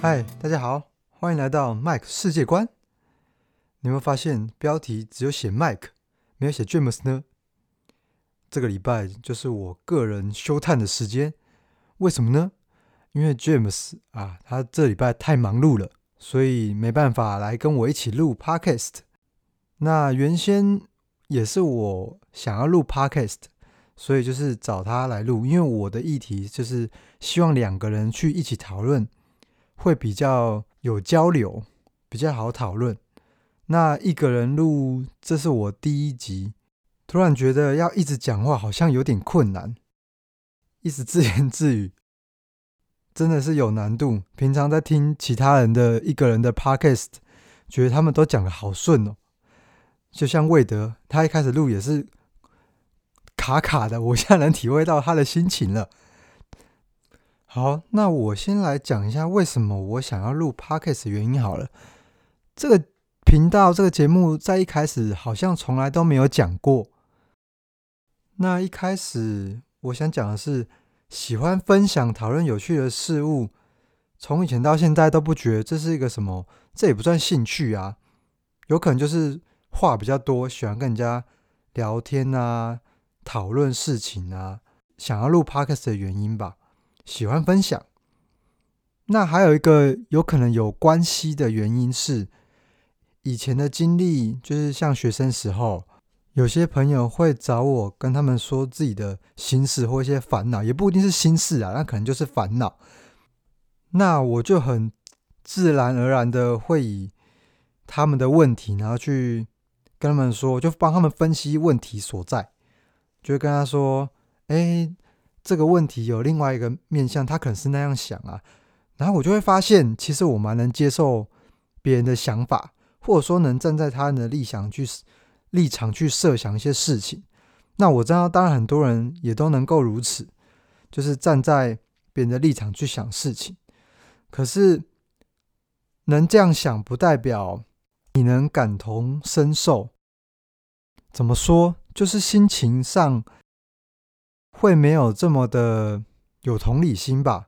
嗨，大家好，欢迎来到 Mike 世界观。你有没有发现标题只有写 Mike， 没有写 James 呢？这个礼拜就是我个人休探的时间，为什么呢？因为 James 他这礼拜太忙碌了，所以没办法来跟我一起录 Podcast。那原先也是我想要录 Podcast，所以就是找他来录，因为我的议题就是希望两个人去一起讨论，会比较有交流，比较好讨论。那一个人录，这是我第一集，突然觉得要一直讲话好像有点困难，一直自言自语，真的是有难度。平常在听其他人的一个人的 podcast， 觉得他们都讲得好顺哦。就像魏德，他一开始录也是卡卡的，我现在能体会到他的心情了。好，那我先来讲一下为什么我想要录 podcast 的原因好了。这个频道这个节目在一开始好像从来都没有讲过。那一开始我想讲的是，喜欢分享讨论有趣的事物，从以前到现在都不觉得这是一个什么，这也不算兴趣啊，有可能就是话比较多，喜欢跟人家聊天啊，讨论事情啊，想要录 podcast 的原因吧，喜欢分享。那还有一个有可能有关系的原因是，以前的经历就是像学生时候，有些朋友会找我跟他们说自己的心事或一些烦恼，也不一定是心事啊，那可能就是烦恼。那我就很自然而然的会以他们的问题，然后去跟他们说，就帮他们分析问题所在，就会跟他说，这个问题有另外一个面向，他可能是那样想啊。然后我就会发现，其实我蛮能接受别人的想法，或者说能站在他人的立场去设想一些事情。那我知道，当然很多人也都能够如此，就是站在别人的立场去想事情。可是能这样想，不代表你能感同身受。怎么说？就是心情上会没有这么的有同理心吧？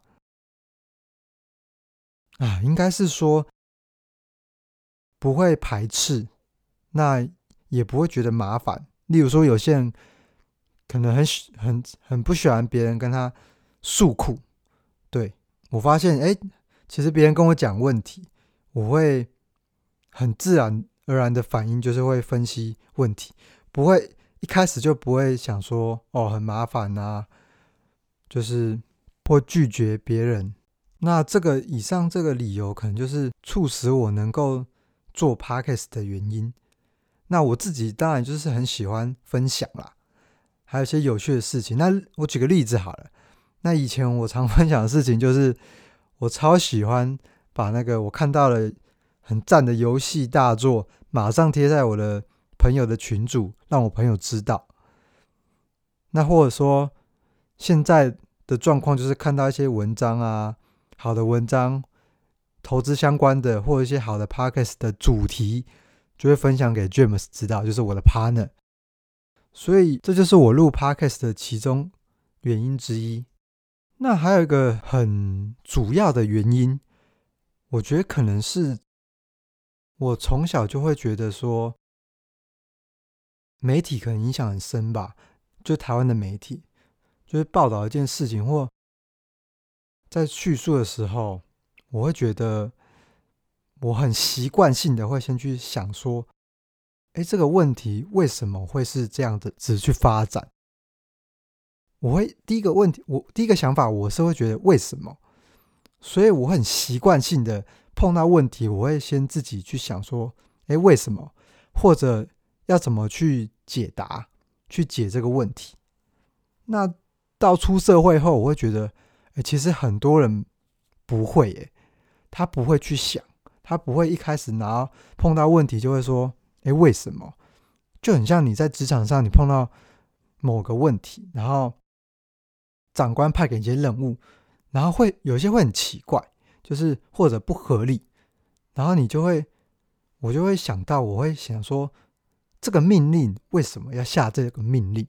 应该是说不会排斥，那也不会觉得麻烦。例如说，有些人可能很不喜欢别人跟他诉苦。对，我发现，其实别人跟我讲问题，我会很自然而然的反应就是会分析问题，不会一开始就不会想说很麻烦啊，就是或拒绝别人。那以上这个理由，可能就是促使我能够做 podcast 的原因。那我自己当然就是很喜欢分享啦，还有一些有趣的事情。那我举个例子好了，那以前我常分享的事情就是，我超喜欢把那个我看到了很赞的游戏大作，马上贴在我的朋友的群组，让我朋友知道。那或者说，现在的状况就是看到一些文章啊，好的文章，投资相关的，或者一些好的 podcast 的主题，就会分享给 James 知道，就是我的 partner。所以这就是我录 podcast 的其中原因之一。那还有一个很主要的原因，我觉得可能是我从小就会觉得说，媒体可能影响很深吧，就台湾的媒体，就是报道一件事情或在叙述的时候，我会觉得我很习惯性的会先去想说，这个问题为什么会是这样的只去发展？我会第一个问题，我第一个想法我是会觉得为什么，所以我很习惯性的碰到问题，我会先自己去想说，为什么，或者要怎么去解答，去解这个问题。那到出社会后，我会觉得，其实很多人不会他不会去想，他不会一开始碰到问题就会说，为什么？就很像你在职场上，你碰到某个问题，然后长官派给你一些任务，然后有些会很奇怪，就是或者不合理，然后我就会想到，我会想说，这个命令为什么要下这个命令？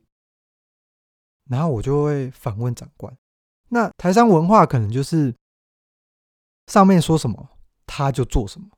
然后我就会反问长官。那台商文化可能就是上面说什么他就做什么，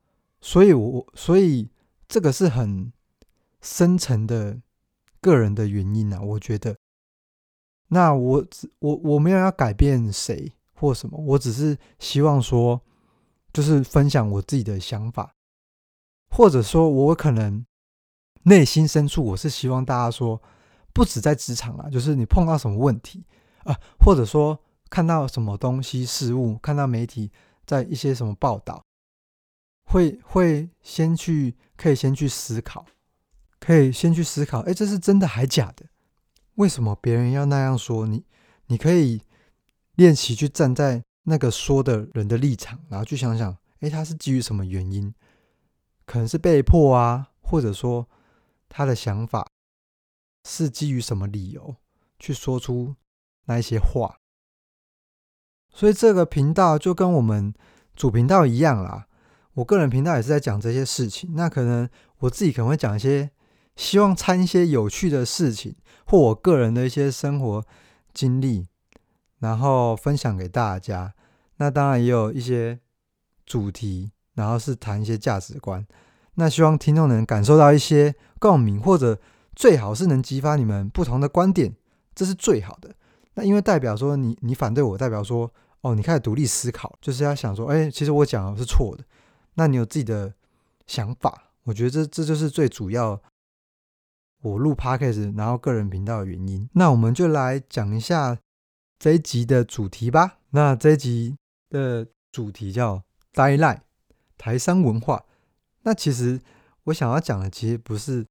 所以这个是很深层的个人的原因啊，我觉得。那我没有要改变谁或什么，我只是希望说，就是分享我自己的想法，或者说我可能内心深处我是希望大家说，不止在职场啊，就是你碰到什么问题或者说看到什么东西事物，看到媒体在一些什么报道，会可以先去思考，这是真的还假的？为什么别人要那样说你？你可以练习去站在那个说的人的立场，然后去想想，他是基于什么原因？可能是被迫啊，或者说他的想法是基于什么理由去说出那一些话。所以这个频道就跟我们主频道一样啦，我个人频道也是在讲这些事情，那可能我自己可能会讲一些希望掺一些有趣的事情，或我个人的一些生活经历，然后分享给大家。那当然也有一些主题，然后是谈一些价值观，那希望听众能感受到一些共鸣，或者最好是能激发你们不同的观点，这是最好的。那因为代表说你反对我，代表说你开始独立思考，就是要想说其实我讲的是错的，那你有自己的想法，我觉得这就是最主要我录 Podcast 然后个人频道的原因。那我们就来讲一下这一集的主题吧。那这一集的主题叫 Deadline 台商文化。那其实我想要讲的其实不是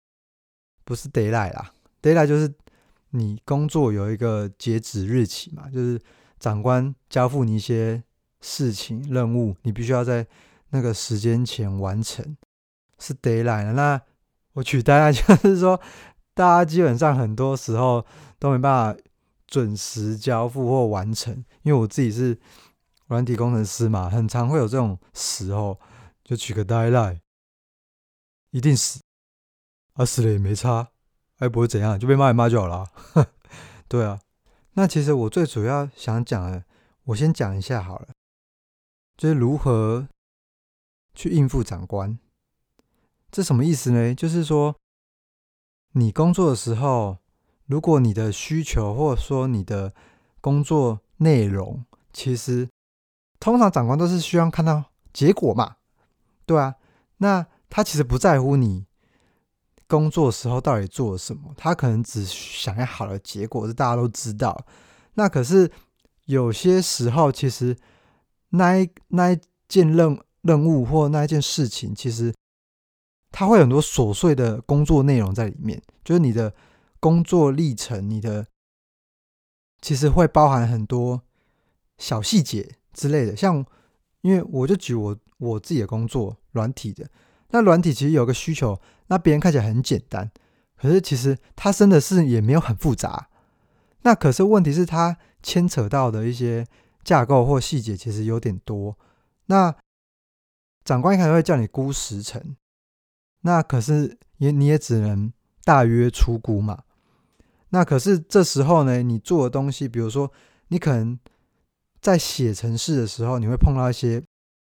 Deadline 啦， Deadline 就是你工作有一个截止日期嘛，就是长官交付你一些事情任务，你必须要在那个时间前完成，是 Deadline。 那我取 Deadline 就是说大家基本上很多时候都没办法准时交付或完成，因为我自己是软体工程师嘛，很常会有这种时候，就取个 Deadline 一定死死了也没差，不会怎样，就被骂一骂就好了对啊。那其实我最主要想讲的，我先讲一下好了，就是如何去应付长官。这什么意思呢？就是说你工作的时候，如果你的需求或者说你的工作内容，其实通常长官都是希望看到结果嘛，对啊。那他其实不在乎你工作的时候到底做了什么，他可能只想要好的结果，这大家都知道。那可是有些时候，其实那一件任务或那一件事情，其实它会有很多琐碎的工作内容在里面，就是你的工作历程，其实会包含很多小细节之类的。像因为我就举我自己的工作，软体的，那软体其实有个需求，那别人看起来很简单，可是其实它真的是也没有很复杂。那可是问题是它牵扯到的一些架构或细节其实有点多，那长官一开始会叫你估时程，那可是你也只能大约出估嘛。那可是这时候呢，你做的东西，比如说你可能在写程式的时候，你会碰到一些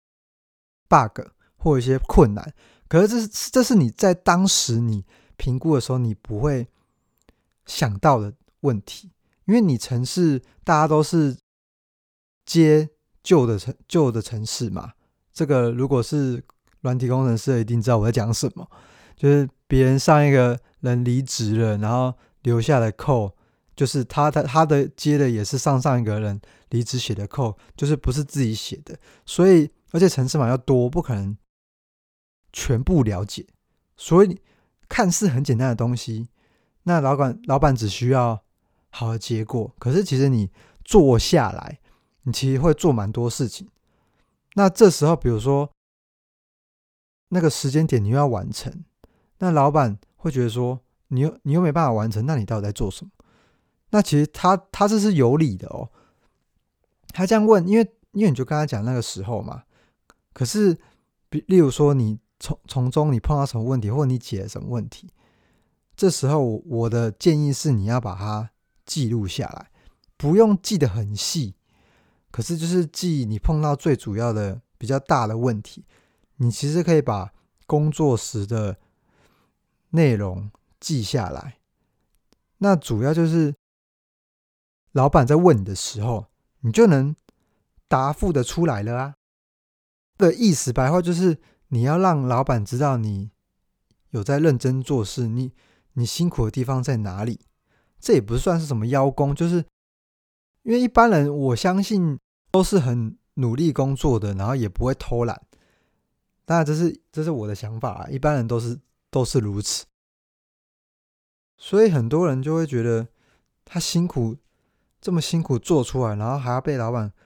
bug 或一些困难，可是这是你在当时你评估的时候你不会想到的问题，因为你程式大家都是接旧的程式嘛。这个如果是软体工程师一定知道我在讲什么，就是别人上一个人离职了，然后留下的 code 就是他的接的也是上一个人离职写的 code， 就是不是自己写的，所以而且程式码要多，不可能全部了解，所以看似很简单的东西，那老板只需要好的结果，可是其实你做下来，你其实会做蛮多事情。那这时候比如说那个时间点你又要完成，那老板会觉得说你又没办法完成，那你到底在做什么？那其实他这是有理的哦。他这样问，因为你就跟他讲那个时候嘛。可是例如说你从中你碰到什么问题，或者你解了什么问题，这时候我的建议是你要把它记录下来，不用记得很细， 可是就是记你碰到最主要的比较大的问题，你其实可以把工作时的内容记下来。那主要就是老板在问你的时候，你就能答复的出来了啊。的意思白话就是你要让老板知道你有在认真做事，你辛苦的地方在哪里。这也不算是什么邀功，就是因为一般人我相信都是很努力工作的，然后也不会偷懒。当然这是我的想法啊，一般人都是如此。所以很多人就会觉得他这么辛苦做出来，然后还要被老板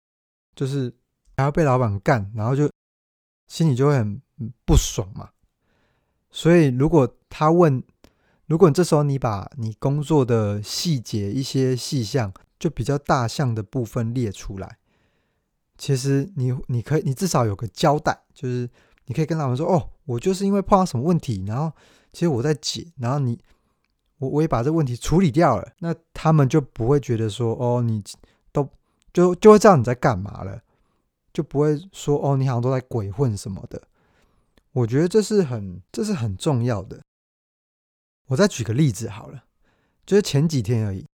干，然后就心里就会很不爽嘛。所以如果你这时候你把你工作的细节一些细项，就比较大项的部分列出来，其实你至少有个交代，就是你可以跟老板说，哦，我就是因为碰到什么问题，然后其实我在解，然后我也把这个问题处理掉了，那他们就不会觉得说，哦，你都就会知道你在干嘛了，就不会说，哦，你好像都在鬼混什么的。我觉得这是很重要的。我再举个例子好了，就是前几天而已，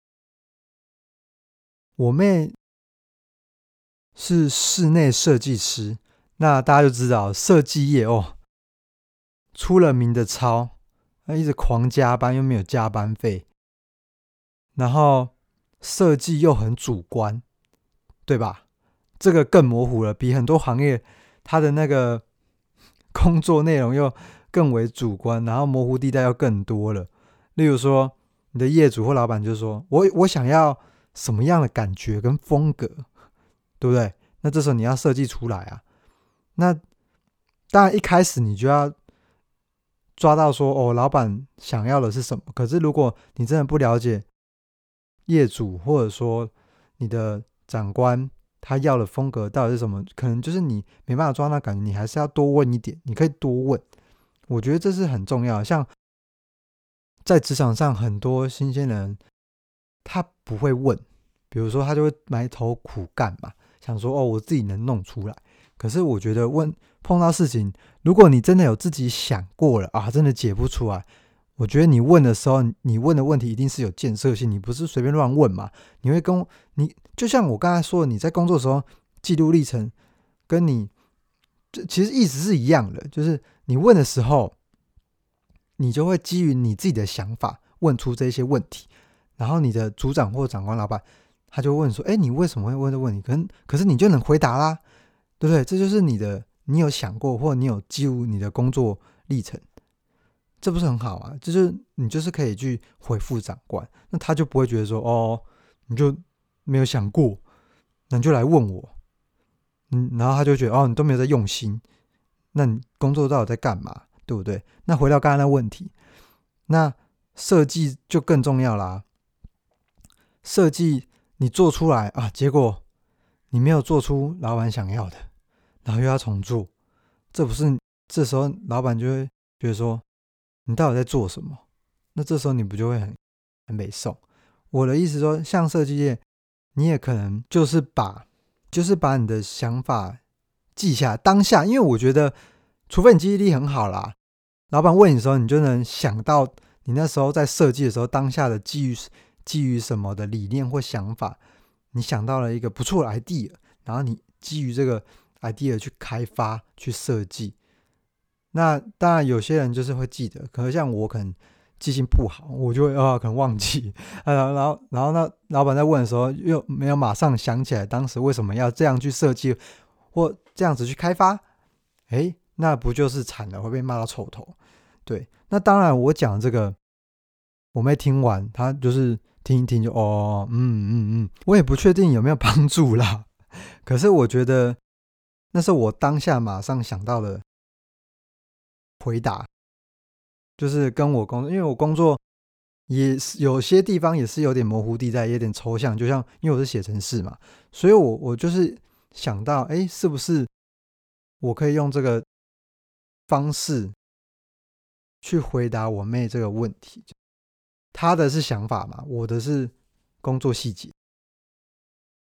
我妹是室内设计师，那大家就知道设计业哦，出了名的超，一直狂加班又没有加班费，然后设计又很主观，对吧？这个更模糊了，比很多行业它的那个工作内容又更为主观，然后模糊地带又更多了。例如说，你的业主或老板就说：“我想要什么样的感觉跟风格，对不对？”那这时候你要设计出来啊。那当然一开始你就要抓到说，哦，老板想要的是什么。可是如果你真的不了解业主或者说你的长官他要的风格到底是什么，可能就是你没办法抓到感觉，你还是要多问一点，你可以多问。我觉得这是很重要的。像在职场上，很多新鲜人他不会问，比如说他就会埋头苦干嘛，想说哦我自己能弄出来。可是我觉得碰到事情，如果你真的有自己想过了啊，真的解不出来，我觉得你问的时候，你问的问题一定是有建设性，你不是随便乱问嘛。你就像我刚才说的，你在工作的时候记录历程，跟你其实意思是一样的，就是你问的时候，你就会基于你自己的想法问出这些问题，然后你的组长或长官老板他就问说：“哎，你为什么会问这个问题？”可是你就能回答啦，对不对？这就是你有想过，或你有记录你的工作历程。这不是很好啊？就是你就是可以去回复长官，那他就不会觉得说哦，你就没有想过，那你就来问我，然后他就觉得哦，你都没有在用心，那你工作到底在干嘛，对不对？那回到刚才那问题，那设计就更重要啦。设计你做出来啊，结果你没有做出老板想要的，然后又要重做，这时候老板就会觉得说你到底在做什么？那这时候你不就会很没送？我的意思说，像设计业，你也可能就是把你的想法记下来当下，因为我觉得，除非你记忆力很好啦，老板问你的时候，你就能想到你那时候在设计的时候当下的基于什么的理念或想法，你想到了一个不错的 idea，然后你基于这个 idea 去开发去设计。那当然有些人就是会记得，可能像我可能记性不好，我就会可能忘记，然后那老板在问的时候又没有马上想起来当时为什么要这样去设计或这样子去开发，那不就是惨了，会被骂到臭头。对，那当然我讲这个我没听完，他就是听一听就我也不确定有没有帮助啦。可是我觉得那是我当下马上想到的回答，就是跟我工作，因为我工作也是有些地方也是有点模糊地带，有点抽象，就像因为我是写程式嘛，所以我就是想到，是不是我可以用这个方式去回答我妹这个问题？她的是想法嘛，我的是工作细节。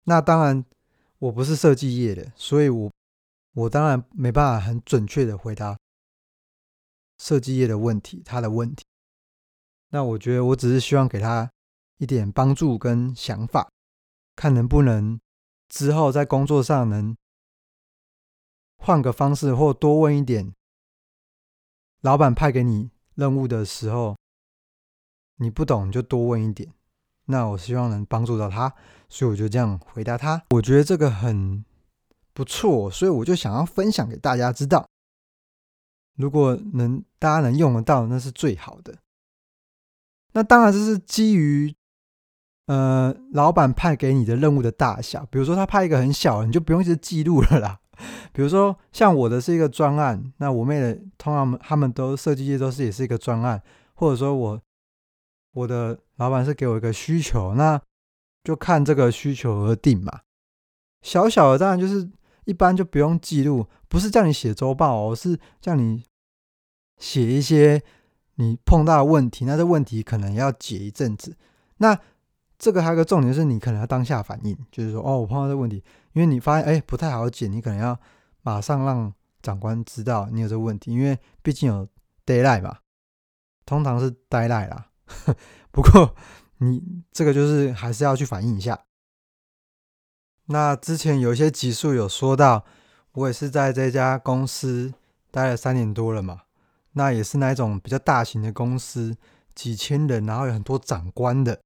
那当然我不是设计业的，所以我当然没办法很准确的回答设计业的问题，他的问题。那我觉得我只是希望给他一点帮助跟想法，看能不能之后在工作上能换个方式，或多问一点。老板派给你任务的时候，你不懂你就多问一点。那我希望能帮助到他，所以我就这样回答他。我觉得这个很不错，所以我就想要分享给大家知道。如果大家能用得到，那是最好的。那当然这是基于老板派给你的任务的大小。比如说他派一个很小的，你就不用一直记录了啦。比如说像我的是一个专案，那我妹的通常他们都设计业都是也是一个专案，或者说我的老板是给我一个需求，那就看这个需求而定嘛。小小的当然就是一般就不用记录，不是叫你写周报哦，是叫你写一些你碰到的问题，那这问题可能要解一阵子。那这个还有一个重点是你可能要当下反应，就是说我碰到这个问题，因为你发现不太好解，你可能要马上让长官知道你有这个问题，因为毕竟有 deadline 嘛，通常是 deadline 啦。不过你这个就是还是要去反映一下。那之前有一些集数有说到，我也是在这家公司待了3年多了嘛，那也是那一种比较大型的公司，几千人，然后有很多长官的。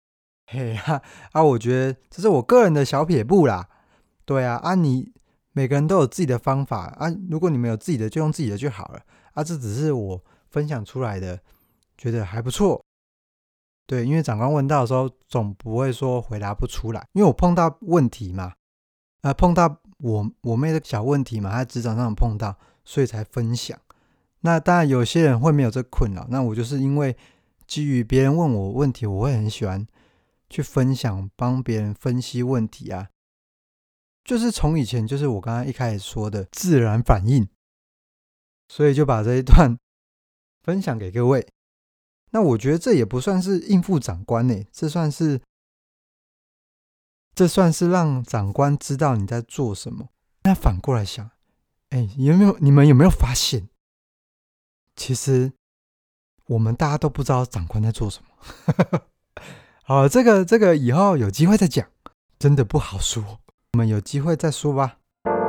我觉得这是我个人的小撇步啦。对啊，你每个人都有自己的方法啊，如果你们有自己的就用自己的就好了啊，这只是我分享出来的，觉得还不错。对，因为长官问到的时候，总不会说回答不出来，因为我碰到问题嘛，碰到我妹的小问题嘛，她在职场上碰到，所以才分享。那当然有些人会没有这困扰，那我就是因为基于别人问我问题，我会很喜欢去分享，帮别人分析问题啊，就是从以前就是我刚刚一开始说的自然反应，所以就把这一段分享给各位。那我觉得这也不算是应付长官欸，这算是让长官知道你在做什么。那反过来想，你们有没有发现，其实我们大家都不知道长官在做什么。好，这个以后有机会再讲，真的不好说，我们有机会再说吧。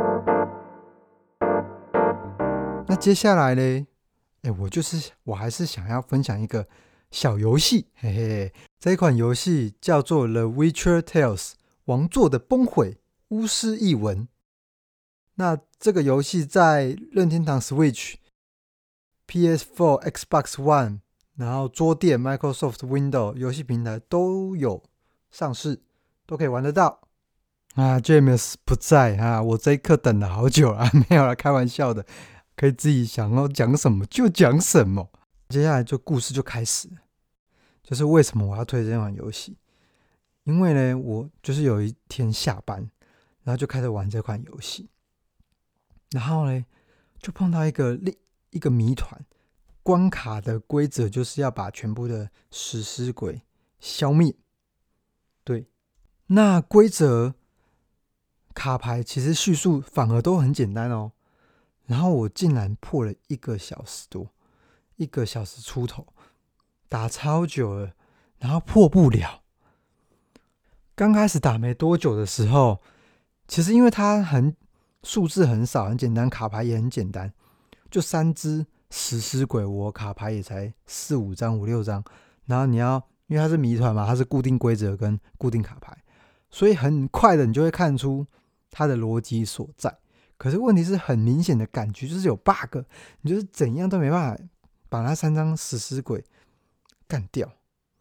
那接下来呢？我还是想要分享一个小游戏，嘿嘿，这一款游戏叫做《The Witcher Tales》王座的崩毁巫师异闻。那这个游戏在任天堂 Switch、PS4、Xbox One， 然后桌垫 Microsoft Windows 游戏平台都有上市，都可以玩得到。James 不在我这一刻等了好久了，没有啦，开玩笑的。可以自己想要讲什么就讲什么。接下来就故事就开始了，就是为什么我要推这款游戏。因为呢，我就是有一天下班，然后就开始玩这款游戏，然后呢就碰到一个谜团，关卡的规则就是要把全部的食尸鬼消灭。对，那规则卡牌其实叙述反而都很简单哦。然后我竟然破了1个小时多，1个小时出头，打超久了，然后破不了。刚开始打没多久的时候，其实因为它数字很少，很简单，卡牌也很简单，就3只食尸鬼，我卡牌也才4、5张、5、6张。然后因为它是谜团嘛，它是固定规则跟固定卡牌，所以很快的你就会看出它的逻辑所在。可是问题是很明显的感觉就是有 bug， 你就是怎样都没办法把那3张食尸鬼干掉。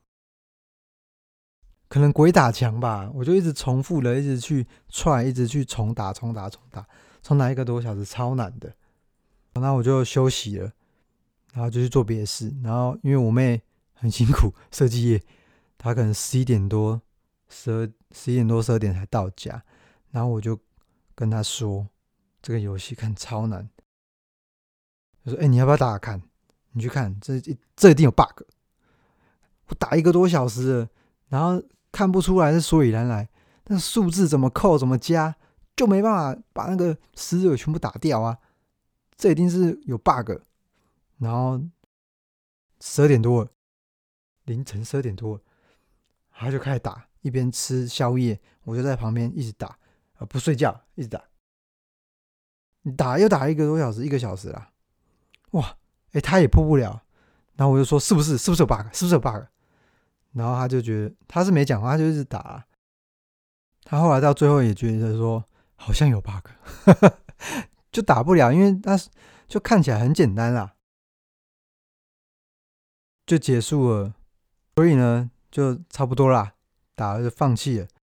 可能鬼打墙吧，我就一直重复的一直去踹，一直去重打1个多小时，超难的。那我就休息了，然后就去做别的事。然后因为我妹很辛苦，设计业，她可能11点多12点才到家，然后我就跟她说这个游戏看超难，就说你要不要打打看？你去看，这一定有 bug。我打1个多小时了，然后看不出来是所以然来， 那个数字怎么扣怎么加，就没办法把那个死者全部打掉啊，这一定是有 bug。然后12点多了，凌晨12点多了，他就开始打，一边吃宵夜，我就在旁边一直打，不睡觉，一直打。又打1个多小时，1个小时啦，哇，他也破不了。然后我就说是不是有 bug， 是不是有 bug？ 然后他就觉得他是没讲话，他就一直打啦。他后来到最后也觉得说好像有 bug， 就打不了，因为他就看起来很简单啦，就结束了。所以呢，就差不多啦，打了就放弃了。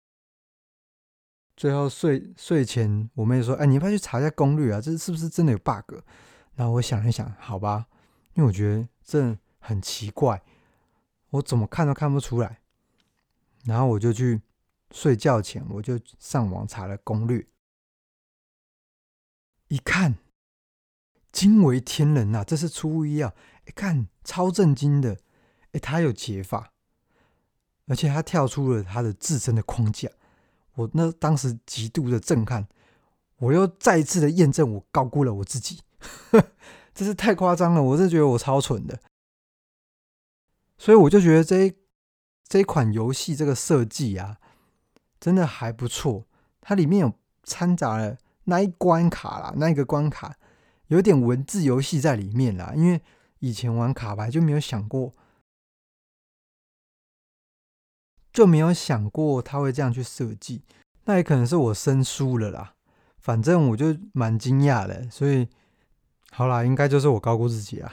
最后睡前，我妹说：“你要不要去查一下攻略啊？这是不是真的有 bug？” 然后我想一想，好吧，因为我觉得这很奇怪，我怎么看都看不出来。然后我就去睡觉前，我就上网查了攻略，一看，惊为天人啊！这是出乎意料，看超震惊的，他有解法，而且他跳出了他的自身的框架。我那当时极度的震撼，我又再一次的验证我高估了我自己，这是太夸张了，我是觉得我超蠢的。所以我就觉得这一款游戏这个设计啊，真的还不错。它里面有掺杂了那一关卡啦，那一个关卡有点文字游戏在里面啦。因为以前玩卡牌就没有想过他会这样去设计。那也可能是我生疏了啦，反正我就蛮惊讶的。所以好啦，应该就是我高估自己啊。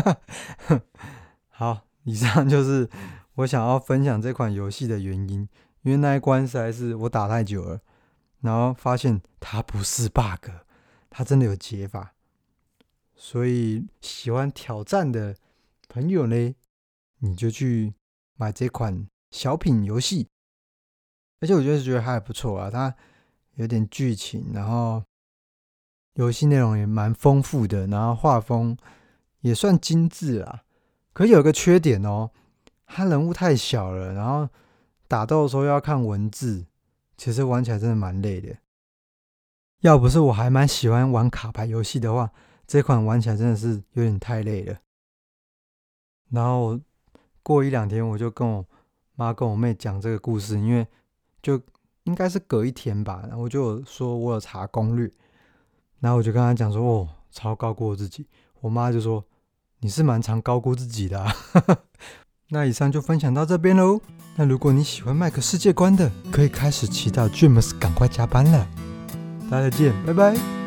好，以上就是我想要分享这款游戏的原因，因为那一关实在是我打太久了，然后发现它不是 bug， 它真的有解法。所以喜欢挑战的朋友呢，你就去买这款小品游戏。而且我觉得还不错啊，它有点剧情，然后游戏内容也蛮丰富的，然后画风也算精致啦。可是有个缺点哦，他人物太小了，然后打斗的时候要看文字，其实玩起来真的蛮累的。要不是我还蛮喜欢玩卡牌游戏的话，这款玩起来真的是有点太累了。然后过1-2天，我就跟我妈跟我妹讲这个故事，因为就应该是隔1天吧，然后我就有说我有查攻略，然后我就跟她讲说，超高估我自己。我妈就说你是蛮常高估自己的啊。那以上就分享到这边喽。那如果你喜欢麦克世界观的，可以开始祈祷 James 赶快加班了。大家再见，拜拜。